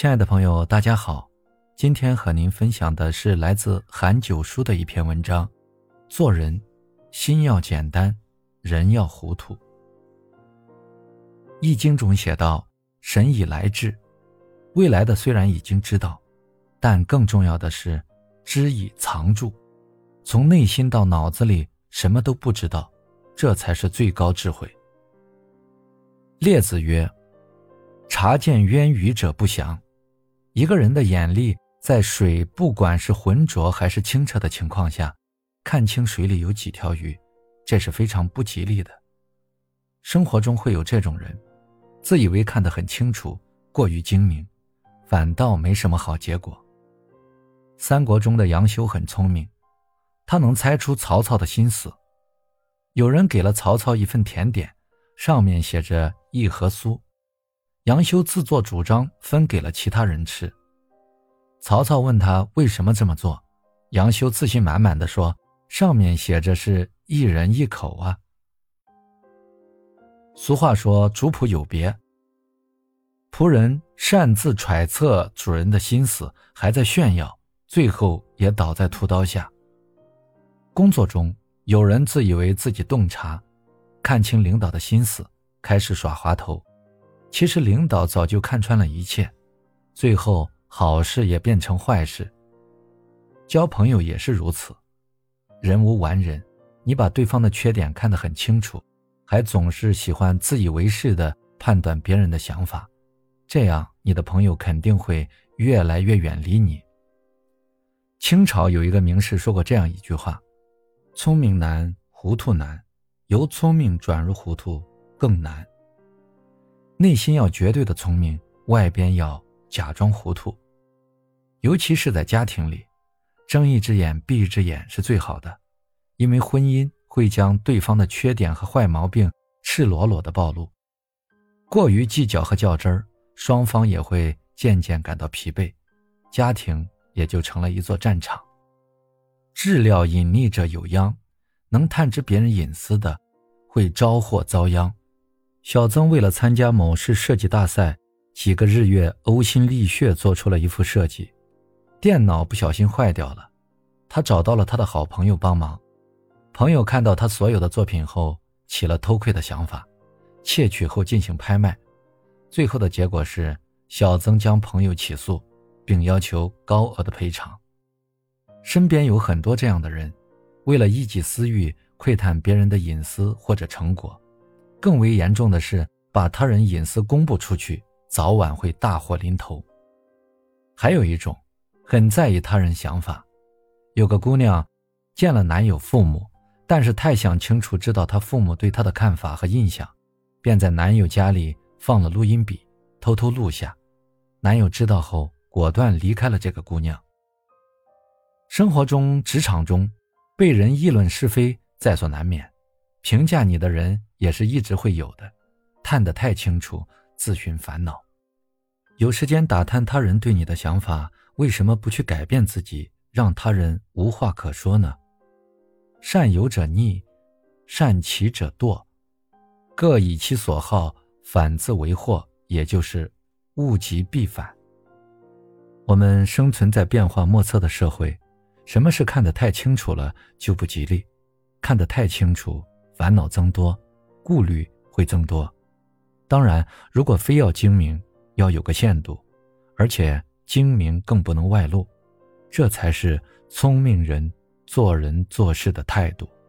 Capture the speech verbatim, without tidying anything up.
亲爱的朋友，大家好，今天和您分享的是来自韩九书的一篇文章，做人心要简单，人要糊涂。易经中写道，神以来至，未来的虽然已经知道，但更重要的是知以藏住，从内心到脑子里什么都不知道，这才是最高智慧。列子曰，察见渊鱼者不祥。一个人的眼力在水不管是浑浊还是清澈的情况下，看清水里有几条鱼，这是非常不吉利的。生活中会有这种人，自以为看得很清楚，过于精明，反倒没什么好结果。三国中的杨修很聪明，他能猜出曹操的心思。有人给了曹操一份甜点，上面写着一盒酥，杨修自作主张分给了其他人吃。曹操问他为什么这么做，杨修自信满满地说，上面写着是一人一口啊。俗话说主仆有别，仆人擅自揣测主人的心思，还在炫耀，最后也倒在屠刀下。工作中有人自以为自己洞察，看清领导的心思，开始耍滑头，其实领导早就看穿了一切，最后好事也变成坏事。交朋友也是如此，人无完人，你把对方的缺点看得很清楚，还总是喜欢自以为是地判断别人的想法，这样你的朋友肯定会越来越远离你。清朝有一个名士说过这样一句话，聪明难，糊涂难，由聪明转入糊涂更难。内心要绝对的聪明，外边要假装糊涂。尤其是在家庭里，睁一只眼闭一只眼是最好的，因为婚姻会将对方的缺点和坏毛病赤裸裸地暴露。过于计较和较真儿，双方也会渐渐感到疲惫，家庭也就成了一座战场。治料隐匿者有殃，能探知别人隐私的会招祸遭殃。小曾为了参加某市设计大赛，几个日月呕心沥血做出了一幅设计，电脑不小心坏掉了，他找到了他的好朋友帮忙。朋友看到他所有的作品后，起了偷窥的想法，窃取后进行拍卖。最后的结果是，小曾将朋友起诉，并要求高额的赔偿。身边有很多这样的人，为了一己私欲窥探别人的隐私或者成果，更为严重的是把他人隐私公布出去，早晚会大祸临头。还有一种，很在意他人想法。有个姑娘见了男友父母，但是太想清楚知道他父母对她的看法和印象，便在男友家里放了录音笔，偷偷录下。男友知道后，果断离开了这个姑娘。生活中、职场中，被人议论是非在所难免，评价你的人也是一直会有的，探得太清楚，自寻烦恼。有时间打探他人对你的想法，为什么不去改变自己，让他人无话可说呢？善有者逆，善其者惰，各以其所好，反自为祸，也就是物极必反。我们生存在变化莫测的社会，什么事看得太清楚了就不吉利，看得太清楚，烦恼增多，顾虑会增多。当然，如果非要精明，要有个限度，而且精明更不能外露，这才是聪明人做人做事的态度。